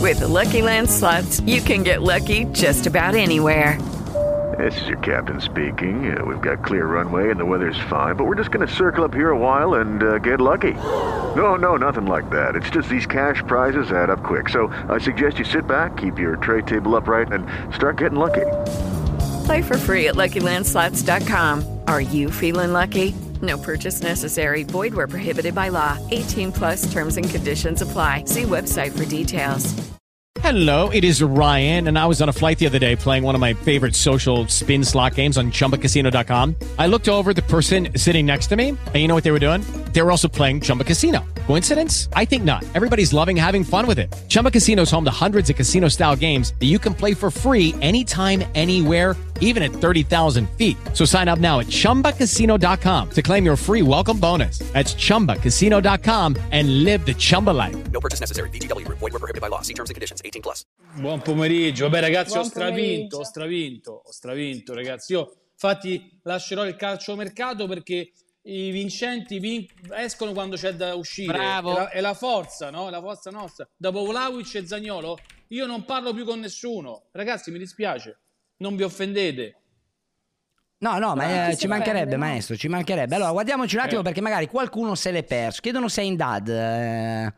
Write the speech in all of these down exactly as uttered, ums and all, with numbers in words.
With the Lucky Land Slots, you can get lucky just about anywhere. This is your captain speaking. Uh, we've got clear runway and the weather's fine, but we're just going to circle up here a while and uh, get lucky. No, no, nothing like that. It's just these cash prizes add up quick. So I suggest you sit back, keep your tray table upright, and start getting lucky. Play for free at Lucky Land Slots dot com. Are you feeling lucky? No purchase necessary. Void where prohibited by law. eighteen plus terms and conditions apply. See website for details. Hello, it is Ryan, and I was on a flight the other day playing one of my favorite social spin slot games on Chumba Casino dot com. I looked over at the person sitting next to me, and you know what they were doing? They were also playing Chumba Casino. Coincidence? I think not. Everybody's loving having fun with it. Chumba Casino is home to hundreds of casino-style games that you can play for free anytime, anywhere, even at thirty thousand feet. So sign up now at Chumba Casino dot com to claim your free welcome bonus. That's Chumba Casino dot com and live the Chumba life. No purchase necessary. V G W. Void where prohibited by law. See terms and conditions. eighteen plus. Buon pomeriggio. Beh, ragazzi, Buon ho stravinto, pomeriggio. ho stravinto, ho stravinto, ragazzi. Io, infatti, lascerò il calciomercato perché i vincenti vin- escono quando c'è da uscire. Bravo. È la, è la forza, no? È la forza nostra. Dopo Vlahovic e Zaniolo, io non parlo più con nessuno. Ragazzi, mi dispiace. Non vi offendete. No, no, ma chi eh, si ci mancherebbe, offende, no? maestro, ci mancherebbe. Allora, guardiamoci un attimo Eh. perché magari qualcuno se l'è perso. Chiedono se è in D A D. eh.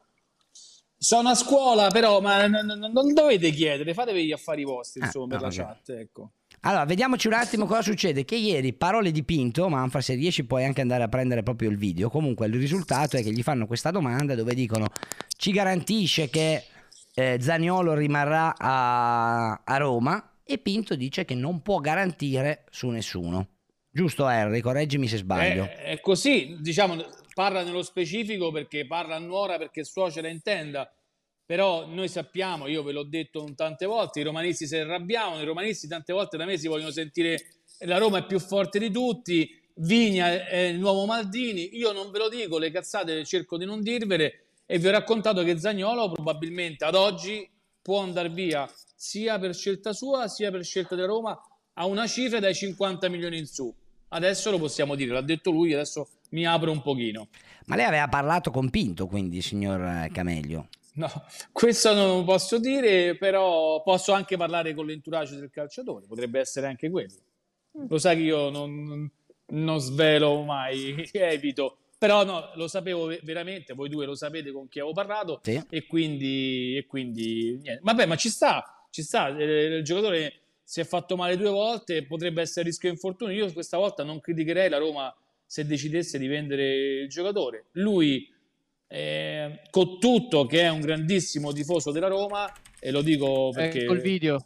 Sono a scuola, però, ma n- n- non dovete chiedere, fatevi gli affari vostri, Ah, insomma, per no, la vabbè. chat, ecco. Allora, vediamoci un attimo cosa succede. Che ieri, parole di Pinto, Manfred, se riesci puoi anche andare a prendere proprio il video. Comunque il risultato è che gli fanno questa domanda dove dicono: ci garantisce che eh, Zaniolo rimarrà a, a Roma? E Pinto dice che non può garantire su nessuno. Giusto, Henry? Correggimi se sbaglio. È, è così, diciamo, parla nello specifico perché parla a nuora perché suocera intenda, però noi sappiamo, io ve l'ho detto tante volte, i romanisti si arrabbiavano, i romanisti tante volte da me si vogliono sentire la Roma è più forte di tutti, Vigna è il nuovo Maldini, io non ve lo dico, le cazzate cerco di non dirvele e vi ho raccontato che Zaniolo probabilmente ad oggi può andare via sia per scelta sua sia per scelta della Roma a una cifra dai cinquanta milioni in su. Adesso lo possiamo dire, l'ha detto lui, adesso mi apro un pochino. Ma lei aveva parlato con Pinto, quindi, signor eh, Cameglio? No, questo non lo posso dire, però posso anche parlare con l'entourage del calciatore, potrebbe essere anche quello. Lo sai che io non, non svelo mai, evito. Però no, lo sapevo ve- veramente, voi due lo sapete con chi avevo parlato, Sì. e quindi, e quindi niente. Vabbè, ma ci sta, ci sta, eh, il giocatore si è fatto male due volte, potrebbe essere a rischio infortunio. Io questa volta non criticherei la Roma se decidesse di vendere il giocatore. Lui, eh, con tutto che è un grandissimo tifoso della Roma, e lo dico perché... Ecco il video.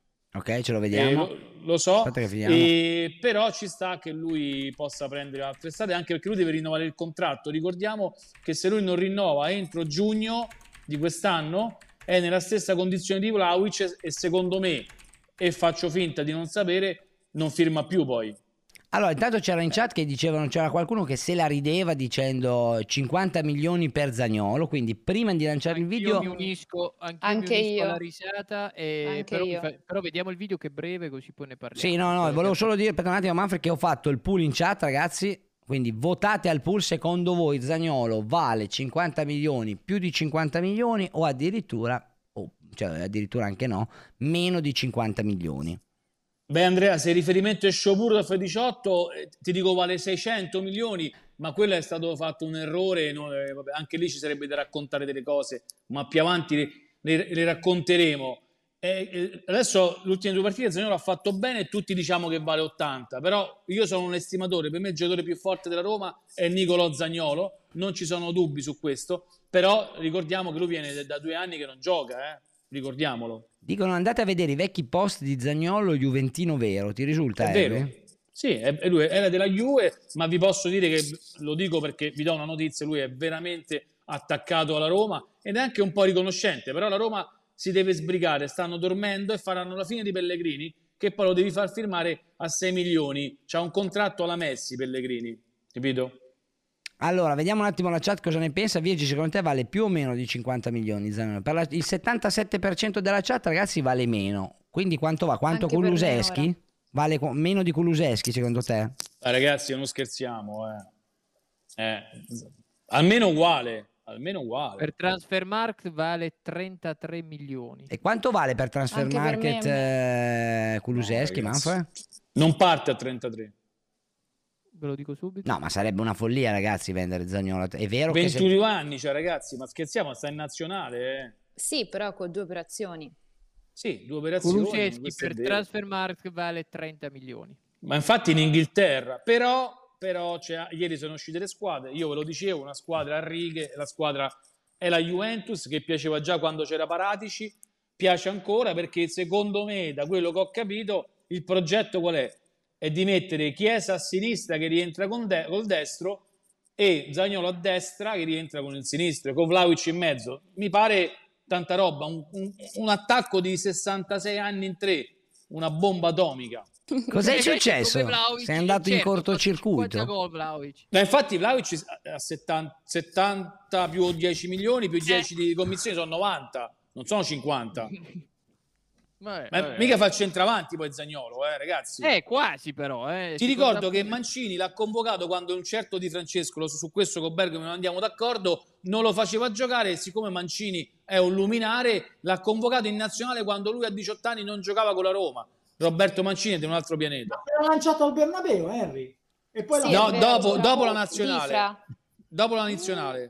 Ok, ce lo Eh, vediamo. lo, lo so, Aspetta che finiamo. e, però ci sta che lui possa prendere altre strade, anche perché lui deve rinnovare il contratto. Ricordiamo che se lui non rinnova entro giugno di quest'anno è nella stessa condizione di Vlahovic e secondo me, e faccio finta di non sapere, non firma più poi. Allora, intanto c'era in chat che dicevano, c'era qualcuno che se la rideva dicendo cinquanta milioni per Zaniolo, quindi prima di lanciare il video... Io mi unisco, anch'io Anche mi unisco io. alla risata, e Anche però, mi io. fa- però vediamo il video che è breve così poi ne parliamo. Sì, no, no, Poi volevo abbiamo- solo dire per un attimo, Manfred, che ho fatto il pool in chat, ragazzi, quindi votate al pool, secondo voi Zaniolo vale cinquanta milioni, più di cinquanta milioni o addirittura, o cioè addirittura anche no, meno di cinquanta milioni? Beh, Andrea, se il riferimento è Sciopuro da F diciotto, eh, ti dico vale seicento milioni, ma quello è stato fatto un errore, no? Eh, vabbè, anche lì ci sarebbe da raccontare delle cose, ma più avanti le, le- le racconteremo. Eh, eh, adesso l'ultime due partite Zaniolo ha fatto bene e tutti diciamo che vale ottanta, però io sono un estimatore, per me il giocatore più forte della Roma è Nicolò Zaniolo, non ci sono dubbi su questo, però ricordiamo che lui viene da- da due anni che non gioca, eh? Ricordiamolo. Dicono andate a vedere i vecchi post di Zaniolo Juventino vero, ti risulta? È vero, Henry? sì, è, è lui era della Juve, ma vi posso dire che, lo dico perché vi do una notizia, lui è veramente attaccato alla Roma ed è anche un po' riconoscente, però la Roma si deve sbrigare, stanno dormendo e faranno la fine di Pellegrini, che poi lo devi far firmare a sei milioni, c'ha un contratto alla Messi Pellegrini, capito? Allora, vediamo un attimo la chat cosa ne pensa. Viegi, secondo te vale più o meno di cinquanta milioni Zaniolo? Per la- il settantasette per cento della chat, ragazzi, vale meno. Quindi quanto va? Quanto Anche per me Kulusevski? ora. Vale co- meno di Kulusevski, secondo te? Ah, ragazzi, non scherziamo, eh. Eh, almeno uguale, almeno uguale. Per Transfermarkt vale trentatré milioni. E quanto vale per Transfer Anche per Market me, eh, Kulusevski, No, ragazzi. Manfred? Non parte a trentatré. Ve lo dico subito. No, ma sarebbe una follia, ragazzi, vendere Zaniolo. È vero che se... ventuno anni, cioè ragazzi, ma scherziamo, sta in nazionale, eh. sì, però con due operazioni. Sì, due operazioni. Kulusevski questo è per vero. Transfermarkt vale trenta milioni. Ma infatti in Inghilterra, però, però c'è- ieri sono uscite le squadre, io ve lo dicevo, una squadra a righe, la squadra è la Juventus, che piaceva già quando c'era Paratici, piace ancora perché secondo me, da quello che ho capito, il progetto qual è? È di mettere Chiesa a sinistra che rientra con de- col destro e Zaniolo a destra che rientra con il sinistro, con Vlahovic in mezzo. Mi pare tanta roba, un, un- un attacco di sessantasei anni in tre, una bomba atomica. Cos'è Invece successo? come Vlahovic, Sei andato in certo, cortocircuito? cinquanta gol Vlahovic. Ma infatti Vlahovic a settanta, settanta più dieci milioni più dieci di commissioni sono novanta, non sono cinquanta. Vabbè, Ma vabbè. mica fa il centravanti poi Zaniolo, eh, ragazzi. Eh, quasi però. Eh. Ti Si ricordo conta- che Mancini l'ha convocato quando un certo Di Francesco, lo- su questo con Bergamo non andiamo d'accordo, non lo faceva giocare e siccome Mancini è un luminare, l'ha convocato in nazionale quando lui a diciotto anni non giocava con la Roma. Roberto Mancini è di un altro pianeta. Era lanciato al Bernabeu, Henry. E poi Sì, la- No, è vero, dopo, però dopo la di nazionale. Fra. Dopo la nazionale.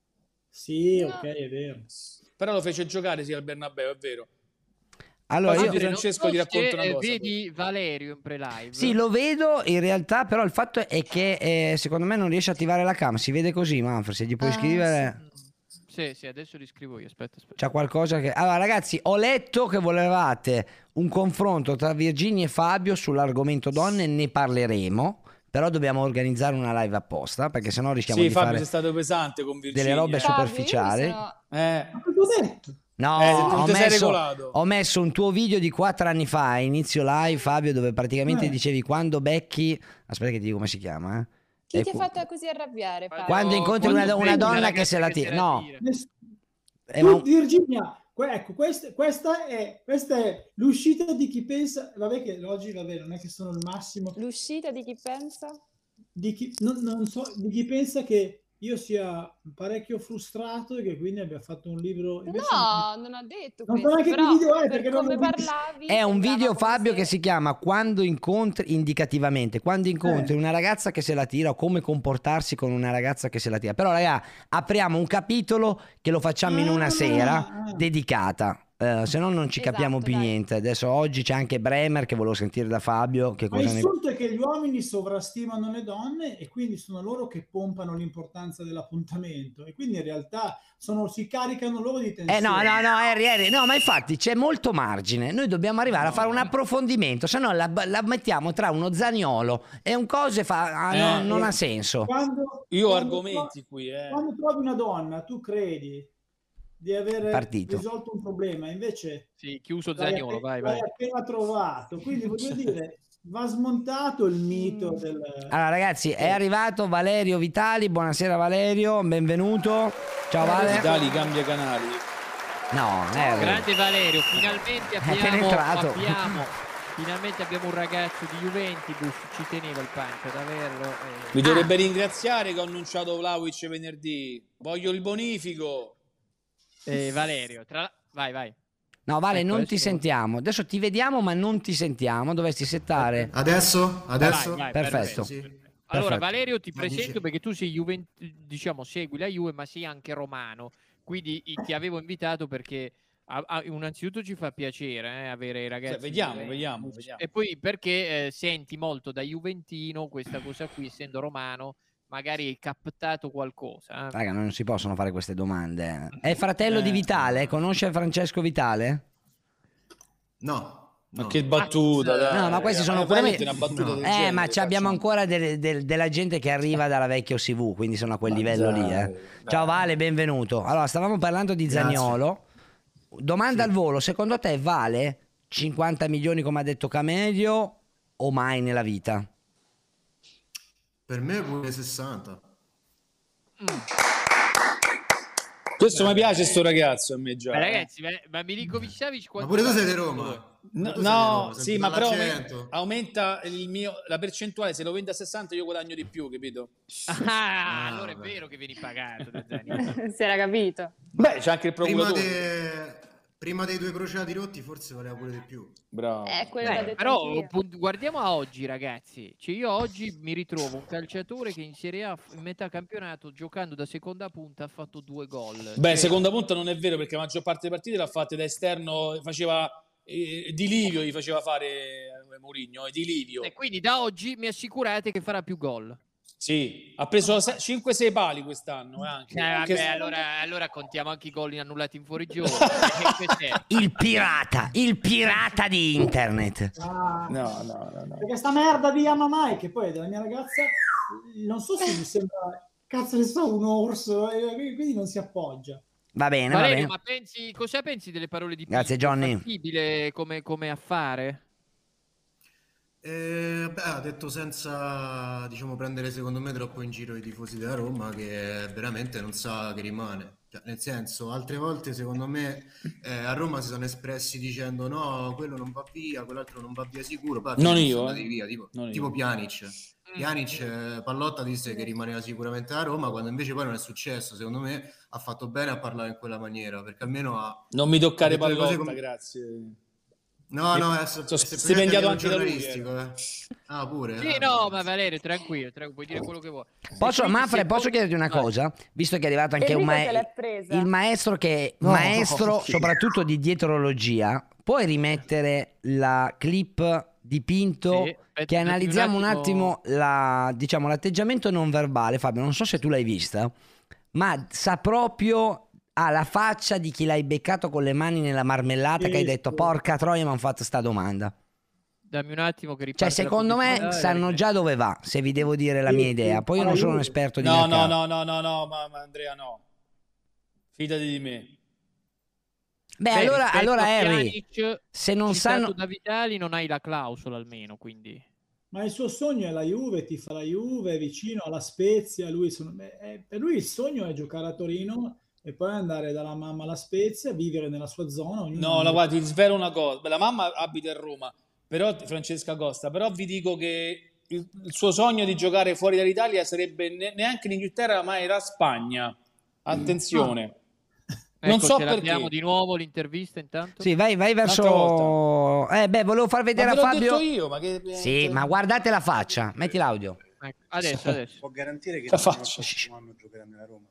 Sì, No. ok, è vero. Però lo fece giocare sì al Bernabeu, è vero. Allora, Poi io... Di Francesco Non ti so racconta se, una eh, cosa. Vedi Valerio in pre-live. Sì, lo vedo in realtà, però il fatto è che eh, secondo me non riesce a attivare la cam. Si vede così, Manfred, se gli puoi Ah, scrivere... Sì, sì, adesso li scrivo io. Aspetta, aspetta. C'è qualcosa che... Allora ragazzi, ho letto che volevate un confronto tra Virginia e Fabio sull'argomento donne, ne parleremo, però dobbiamo organizzare una live apposta, perché sennò rischiamo Sì, di Fabio fare sei stato pesante con Virginia. delle robe eh. Fabio, io mi superficiali. sono- Eh, Ma cosa ho detto? No, Eh, non ho, ti sei messo, regolato. ho messo un tuo video di quattro anni fa a inizio live, Fabio, dove praticamente Eh. dicevi quando becchi... Aspetta che ti dico come si chiama, eh. Chi E ti ha qu- fatto così arrabbiare, Fabio? Quando incontri Quando una, una becchi donna che ragazza se la che tira... se la No, tira. Ness- eh, Tu, ma- Virginia, que- ecco, questa, questa è, questa è l'uscita di chi pensa, vabbè che oggi vabbè, non è che sono il massimo, L'uscita di chi pensa? di chi, non, non so, di chi pensa che io sia parecchio frustrato e che quindi abbia fatto un libro... invece No, non ho detto Non so questo, neanche che però video è, per perché non come l'ho visto. parlavi È un sembrava video, come Fabio, se- che si chiama Quando incontri, indicativamente, quando incontri Eh. una ragazza che se la tira o come comportarsi con una ragazza che se la tira. Però, raga, apriamo un capitolo che lo facciamo in una Ah, sera ah. dedicata. Eh, se no non ci capiamo Esatto, più dai. niente. Adesso oggi c'è anche Bremer che volevo sentire da Fabio. Che Ma cosa il ne... sunto è che gli uomini sovrastimano le donne e quindi sono loro che pompano l'importanza dell'appuntamento e quindi in realtà sono, si caricano loro di tensione. Eh no, no, no, Harry, Harry, no, ma infatti c'è molto margine. Noi dobbiamo arrivare a fare un approfondimento, se no la, la mettiamo tra uno Zaniolo e un coso e fa, ah, no, Eh, non eh. ha senso. Quando, io ho quando argomenti tro- qui, eh. Quando trovi una donna, tu credi di aver Partito. risolto un problema, invece Sì, chiuso l'hai, Zaniolo, appe- vai, l'hai vai. appena trovato. Quindi voglio dire, va smontato il mito del... Allora ragazzi, è arrivato Valerio Vitali, buonasera Valerio, benvenuto. Ciao Vale. Vitali cambia canali. No, Harry. Grande Valerio, finalmente abbiamo, penetrato. abbiamo, finalmente abbiamo un ragazzo di Juventus, ci teneva il Pancio ad averlo. eh. Mi dovrebbe ringraziare che ho annunciato Vlahovic venerdì. Voglio il bonifico. Eh, Valerio, tra... vai, vai. No Vale, Ecco, non adesso ti devo- sentiamo. Adesso ti vediamo ma non ti sentiamo. Dovresti settare. Adesso? Adesso? Vai, vai, Perfetto. Sì. Allora, Perfetto. Valerio, ti Ma presento dice- perché tu sei Juve, diciamo, segui la Juve, ma sei anche romano. Quindi i- ti avevo invitato perché a- a- innanzitutto ci fa piacere eh, avere i ragazzi. Cioè, vediamo, Juventus. vediamo, vediamo. E poi perché eh, senti molto da juventino questa cosa qui, essendo romano, magari hai captato qualcosa. eh. Raga, non si possono fare queste domande. È fratello di Eh. Vitale? Conosce Francesco Vitale? No. Ma no. che battuta, dai. No, ma questi sono Ma pure veramente me- una battuta No. del Eh, genere, ma ci abbiamo facciamo. ancora del- del- della gente che arriva dalla vecchia O S V, quindi sono a quel Ma livello dai, lì. Eh. dai. Ciao Vale, benvenuto. Allora, stavamo parlando di Grazie. Zaniolo. Domanda al volo, secondo te vale cinquanta milioni come ha detto Camedio o mai nella vita? Per me pure sessanta. Questo mi piace, sto ragazzo a me già. Ma ragazzi, ma, ma Milinkovic-Savic Ma pure tu sei di Roma. No, Tu sei no, di Roma, sì, senti ma però dall'accento. aumenta il mio, la percentuale. Se lo vende a sessanta io guadagno di più, capito? Ah, Ah, allora è vabbè. vero che vieni pagato da Zaniolo. Si era capito. Beh, c'è anche il Prima, procuratore. de- prima dei due crociati rotti forse valeva pure di più. Bravo. Eh, quello l'ho Beh, detto però anch'io. pun- guardiamo a oggi, ragazzi. Cioè, io oggi mi ritrovo un calciatore che in Serie A in metà campionato, giocando da seconda punta, ha fatto due gol. Beh, Cioè, seconda punta non è vero, perché la maggior parte delle partite l'ha fatte da esterno, faceva eh, Di Livio, gli faceva fare eh, Mourinho, eh, Di Livio. e quindi da oggi mi assicurate che farà più gol. Sì, ha preso cinque sei pali quest'anno eh, anche. Eh, Anche vabbè, se- allora, allora contiamo anche i gol annullati in fuorigioco. Che cos'è? Il pirata, il pirata di internet. Ah, No, no, no, no. Perché sta merda di Yamamai, che poi è della mia ragazza, non so se mi sembra, cazzo ne so, un orso, e quindi non si appoggia. Va bene, va Valerio, bene. ma pensi, cosa pensi delle parole di Grazie, Pinto? È Johnny. fattibile come, come affare? Eh, beh, ha detto senza, diciamo, prendere secondo me troppo in giro i tifosi della Roma, che veramente non sa che rimane. Cioè, nel senso, altre volte secondo me eh, a Roma si sono espressi dicendo no, quello non va via, quell'altro non va via sicuro. Poi Non sono io, andati eh. via, tipo, Non io. tipo Pjanic. Pjanic, eh, Pallotta disse che rimaneva sicuramente a Roma, quando invece poi non è successo. Secondo me ha fatto bene a parlare in quella maniera, perché almeno ha... Non mi toccare ha detto le cose Pallotta, come- grazie. No, no, è, è Sono semplicemente stipendiato a livello anche da lui, giornalistico, eh. Ah, pure? Sì, Ah, no, beh. ma Valerio, tranquillo, tranquillo, puoi dire quello che vuoi. Posso, E quindi Manfred, se posso poi- chiederti una Vai. cosa? Visto che è arrivato anche un Enrico se maestro, l'è presa. il maestro che è No. maestro soprattutto di dietrologia, puoi rimettere la clip di Pinto Sì, aspetta, che datemi un analizziamo un attimo- attimo la, diciamo, l'atteggiamento non verbale, Fabio, non so se tu l'hai vista, ma sa proprio ha la faccia di chi l'hai beccato con le mani nella marmellata, Sì, che hai detto sì. porca troia mi hanno fatto sta domanda. Dammi un attimo che Cioè riparte la secondo me pubblicità e sanno la già dove va, se vi devo dire la Sì, mia sì. idea, poi io non sono un esperto di No, no, mercato. no, no, no, no, ma, ma Andrea no. Fidati di me. Beh, Beh, allora, rispetto allora a Harry, Pjanic, se non citato sanno... da Vitali non hai la clausola almeno, quindi... Ma il suo sogno è la Juve, ti fa la Juve, è vicino alla Spezia, lui sono- beh, è- per lui il sogno è giocare a Torino e poi andare dalla mamma alla Spezia, vivere nella sua zona. ognuno- No, la guarda, ti svelo una cosa. Beh, la mamma abita a Roma, però Francesca Costa, però vi dico che il, il suo sogno di giocare fuori dall'Italia sarebbe ne- neanche in Inghilterra, ma era Spagna. Attenzione. Non Ecco, so ce l'abbiamo perché. di nuovo l'intervista intanto. Sì, vai, vai verso... Eh, beh, volevo far Ma vedere ve a l'ho Fabio... detto io, ma che... Sì, ma guardate la faccia, metti l'audio. Ecco, adesso, adesso. Può garantire che La il faccio. prossimo anno giocherà nella Roma?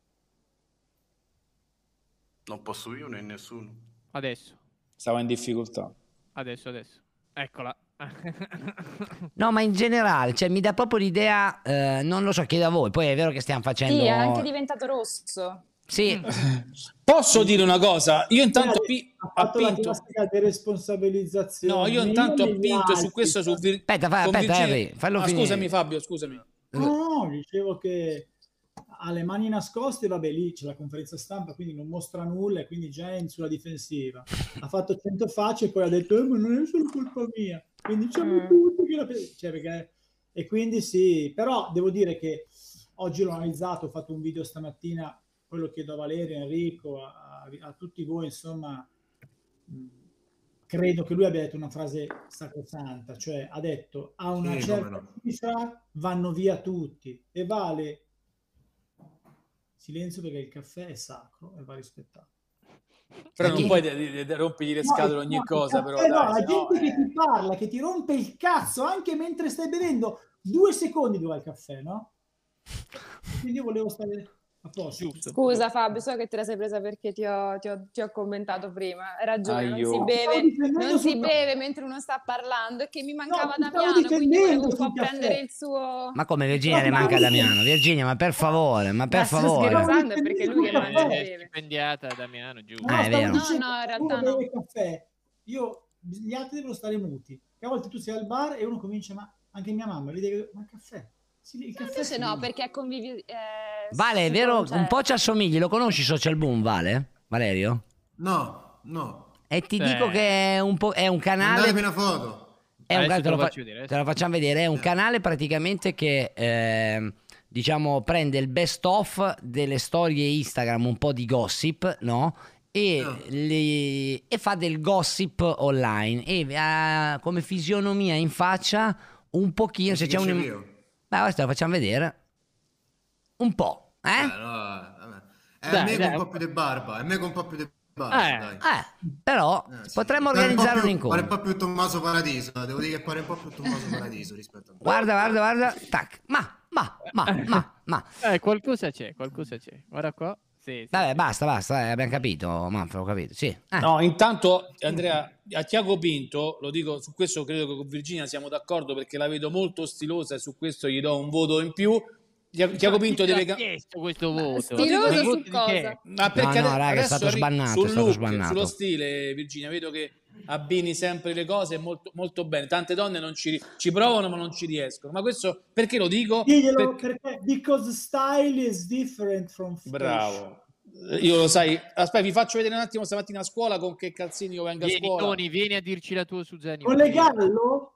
Non posso io né nessuno. Adesso, Stava in difficoltà. adesso, adesso. Eccola. No, ma in generale, cioè mi dà proprio l'idea, eh, non lo so, chiedo a voi, poi è vero che stiamo facendo... Sì, è anche diventato rosso. Sì, Posso dire una cosa? Io intanto Ha Pi- ha a fatto la Pinto... classica deresponsabilizzazione. No, io né intanto ho né gli Pinto su altri. questo su Vir- aspetta, fai, con aspetta Virginia- Harry, fallo Ah, finire. scusami Fabio, scusami. No, no, dicevo che ha le mani nascoste, vabbè, lì c'è la conferenza stampa, quindi non mostra nulla e quindi già è in sulla difensiva. Ha fatto cento facce e poi ha detto, eh, ma non è solo colpa mia. Quindi diciamo Mm. tutti che la pe- cioè, perché... E quindi sì, però devo dire che oggi l'ho analizzato, ho fatto un video stamattina, poi lo chiedo a Valerio, a Enrico, a, a- a tutti voi, insomma, mh, credo che lui abbia detto una frase sacrosanta, cioè ha detto a una Sì, certa come no. cifra vanno via tutti e vale silenzio perché il caffè è sacro e va rispettato. Però Chi? non puoi de- de- de- rompigli le scatole ogni no, cosa, il però caffè no, dai, la se no, gente che eh. ti parla, che ti rompe il cazzo anche mentre stai bevendo due secondi dura il caffè, no? Quindi io volevo stare a posto. Giusto. Scusa Fabio, so che te la sei presa perché ti ho, ti ho- ti ho commentato prima. Hai ragione, non Aio. si Stavo beve, difendendo non si sul- beve mentre uno sta parlando e che mi mancava ti stavo Damiano, quindi difendendo volevo un po' sul caffè. prendere il suo... Ma come Virginia le Ma manca sì. Damiano? Virginia, ma per favore, ma per Ma sto favore. scherzando, è perché lui che non si Caffè. È beve. stipendiata da Damiano, giusto. Ah, è stavo vero. dicendo, No, no, in realtà uno no. beve caffè, io, gli altri devono stare muti. Che a volte tu sei al bar e uno comincia, ma anche mia mamma, vede che, ma caffè. Sì, il caffè Invece sì. no, perché è convivi... eh, Vale, è si vero, cioè- un po' ci assomigli, lo conosci Social Boom, Vale? Valerio? No, no. E ti Eh. dico che è un, po', è un canale... Mandatemi una foto. È un Adesso canale, te lo te, lo fa- faccio vedere, te lo facciamo vedere, è un canale praticamente che eh, diciamo, prende il best of delle storie Instagram, un po' di gossip, no? E, No. le- e fa del gossip online e ha come fisionomia in faccia un pochino, se c'è un... Piace io. Beh, questo lo facciamo vedere. Un po', eh? Eh, no, vabbè. È Dai, me dai. con un po' più di barba, è me con un po' più di barba, Eh. dai. Eh, però Eh, sì. potremmo Pare un po' organizzare un più- Pare un incontro. po' più Tommaso Paradiso, devo dire che pare un po' più Tommaso Paradiso rispetto a me. Guarda, guarda, guarda, tac, ma, ma, ma, ma, ma. Eh, qualcosa c'è, qualcosa c'è. Guarda qua. Sì, sì. Vabbè, basta, basta, eh, abbiamo capito, Manfred, ho capito, sì. Eh. No, intanto Andrea, a Tiago Pinto, lo dico, su questo credo che con Virginia siamo d'accordo perché la vedo molto stilosa e su questo gli do un voto in più. Tiago Tiago Pinto Chi deve... ti ha ca- chiesto questo voto? Stiloso Il su voto di cosa? che? Ma perché No, no, raga, è adesso stato arri- sbannato, sul è stato look, sbannato. sullo stile, Virginia, vedo che abbini sempre le cose molto, molto bene. Tante donne non ci, ci provano ma non ci riescono. Ma questo perché lo dico? Diglielo Perché- perché because style is different from fashion. Bravo. Io lo sai. Aspetta, vi faccio vedere un attimo stamattina a scuola con che calzini io vengo a Vieni, scuola. Tony, vieni a dirci la tua su Zanini. Con le gallo?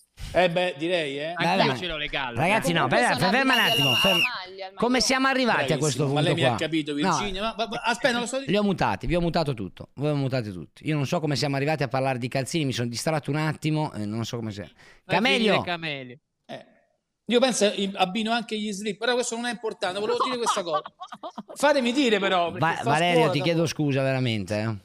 Eh beh, direi, eh. Anche Dai, io dai. ce l'ho le galle. Ragazzi, no, Comunque ferma, sono ferma un abbinati attimo. alla- ferma. alla maglia, al Come maglione. siamo arrivati a questo Bravissimo, punto ma lei mi qua? ha capito, No, Virginia. Ma, ma- ma- aspetta, non lo so. li ho mutati, vi ho mutato tutto. Voi ho mutati tutti. Io non so come siamo arrivati a parlare di calzini, mi sono distratto un attimo e non so come sia. Camelio, Camelio. Eh. Io penso i- abbino anche gli slip, però questo non è importante. Volevo dire questa cosa. Fatemi dire, però. perché Va- fa Valerio, scuola ti da- chiedo scusa veramente. eh.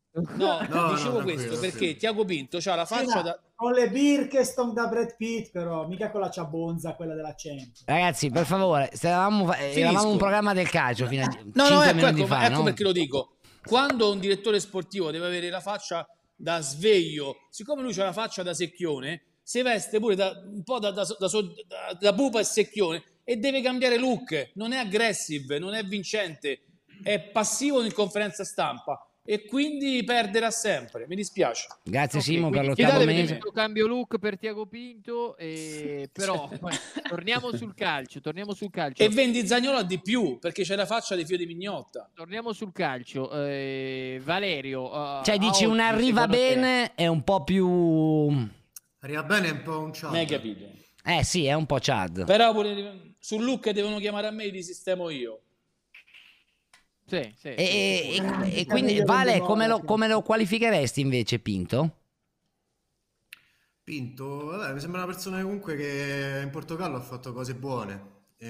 No, No, dicevo no, questo tranquillo, perché tranquillo. Tiago Pinto ha la faccia da. Con le Birkenstock da Brad Pitt, però, mica con la ciabonza, quella della Champions. Ragazzi, per favore, eravamo, eravamo un programma del calcio fino a No, no, cinque ecco, minuti ecco, fa, ecco no? perché lo dico. Quando un direttore sportivo deve avere la faccia da sveglio, siccome lui ha la faccia da secchione, si veste pure da, un po' da, da, da, da, da pupa e secchione e deve cambiare look. Non è aggressive, non è vincente, è passivo in conferenza stampa e quindi perderà sempre. Mi dispiace. Grazie Ok, Simo per quindi l'ottavo chiedete mese. questo cambio look per Tiago Pinto, e... però torniamo sul calcio, torniamo sul calcio. E vendi Zaniolo a di più perché c'è la faccia di Fio di Mignotta. Torniamo sul calcio. Eh, Valerio, uh, Cioè a dici oggi, un arriva secondo te- bene è un po' più... Arriva bene è un po' un ciao. Mi hai capito? Eh sì, è un po' Chad. Però pure sul look devono chiamare a me, li sistemo io. Sì, sì, E, sì. e- e quindi Vale, come lo, come lo qualificheresti invece Pinto? Pinto, vabbè, mi sembra una persona comunque che in Portogallo ha fatto cose buone.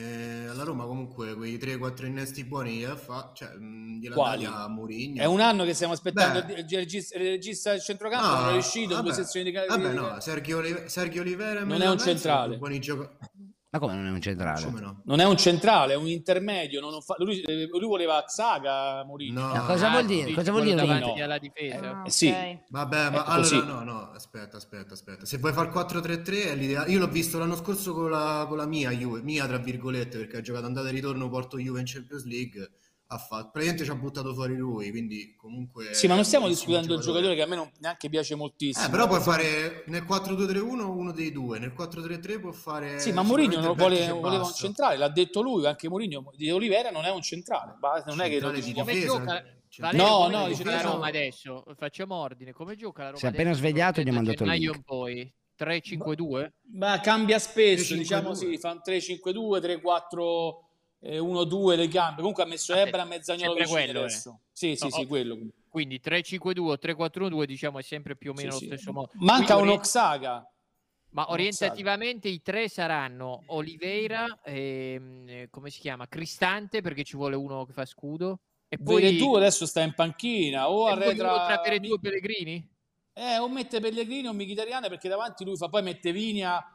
E alla Roma comunque quei tre quattro innesti buoni gliela fa, cioè mh, gliela Quali? taglia a Mourinho. È un anno che stiamo aspettando Beh. il, il regista, il regista del centrocampo, No, non è riuscito, vabbè, due sezioni di ca- vabbè, di- no, Sergio, Olive- Sergio Oliveira e Non è Manuel un Mensa centrale. sono buoni gioco- Ma come non è un centrale? Come no? Non è un centrale, è un intermedio. non fa- lui, eh, lui voleva Xaga, Mourinho. No. No, cosa Ah, vuol tu dire? dici Cosa vuol quello dire? davanti no? alla difesa? Ah, Eh sì. ok. Vabbè, ma Ecco, allora così. no, no, aspetta, aspetta, aspetta. Se vuoi fare il quattro tre tre è l'ideale. Io l'ho visto l'anno scorso con la, con la mia Juve, mia tra virgolette, perché ha giocato andata e ritorno Porto Juve in Champions League. Ha fatto, praticamente ci ha buttato fuori lui, quindi comunque... Sì, ma non stiamo è un buonissimo discutendo il giocatore che a me non neanche piace moltissimo. Eh, però puoi fare nel quattro due tre uno uno dei due, nel quattro tre tre può fare... Sì, ma Mourinho non lo vuole, sicuramente il voleva un vertice centrale, l'ha detto lui, anche Mourinho di Oliveira non è un centrale. Ma non è che lo Centrale di diciamo- Come difesa. gioca? Cioè- Valerio, No, come no, gioca dice la che Roma no. adesso? Facciamo ordine. Come gioca la Roma Si è appena adesso? svegliato e gli ho Da mandato il gennaio link. in poi tre cinque due? Ma cambia spesso, tre cinque diciamo due. sì, fa un tre cinque due, tre quattro uno due le cambia. Comunque ha messo Ah, Ebra a Mezzagnolo sempre vicino quello, eh. adesso. Sì, sì, No, sì, oh. quello. Quindi tre cinque due o tre quattro uno due, diciamo, è sempre più o meno Sì, lo sì. stesso modo. Manca Quindi uno orient- Xaga. Ma orientativamente i tre saranno Oliveira, ehm, eh, come si chiama? Cristante, perché ci vuole uno che fa scudo. E poi Veretù adesso sta in panchina o e poi uno arretra tra Veretù e Pellegrini? Eh, o mette Pellegrini o Mkhitaryan perché davanti lui fa poi mette Vigna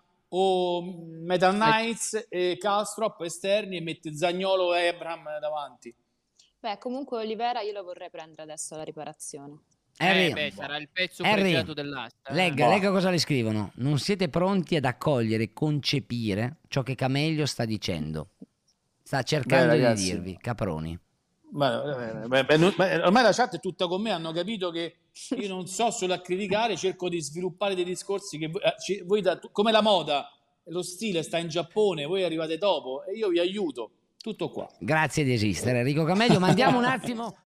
o Metal Knights e Kastrop esterni e mette Zaniolo e Abraham davanti. Beh, comunque Olivera io lo vorrei prendere adesso alla riparazione. Harry, Eh, beh, sarà il pezzo Harry, pregiato dell'asta. eh. legga, Boh. legga cosa le scrivono. Non siete pronti ad accogliere e concepire ciò che Camelio sta dicendo. Sta cercando Beh, di ragazzi. dirvi, caproni. Beh, beh, beh, non- beh, ormai la chat è tutta con me, hanno capito che io non so solo a criticare, cerco di sviluppare dei discorsi che voi, eh, ci- voi da- come la moda, lo stile sta in Giappone, voi arrivate dopo e io vi aiuto. Tutto qua. Grazie di esistere, Enrico Camelio. Mandiamo un attimo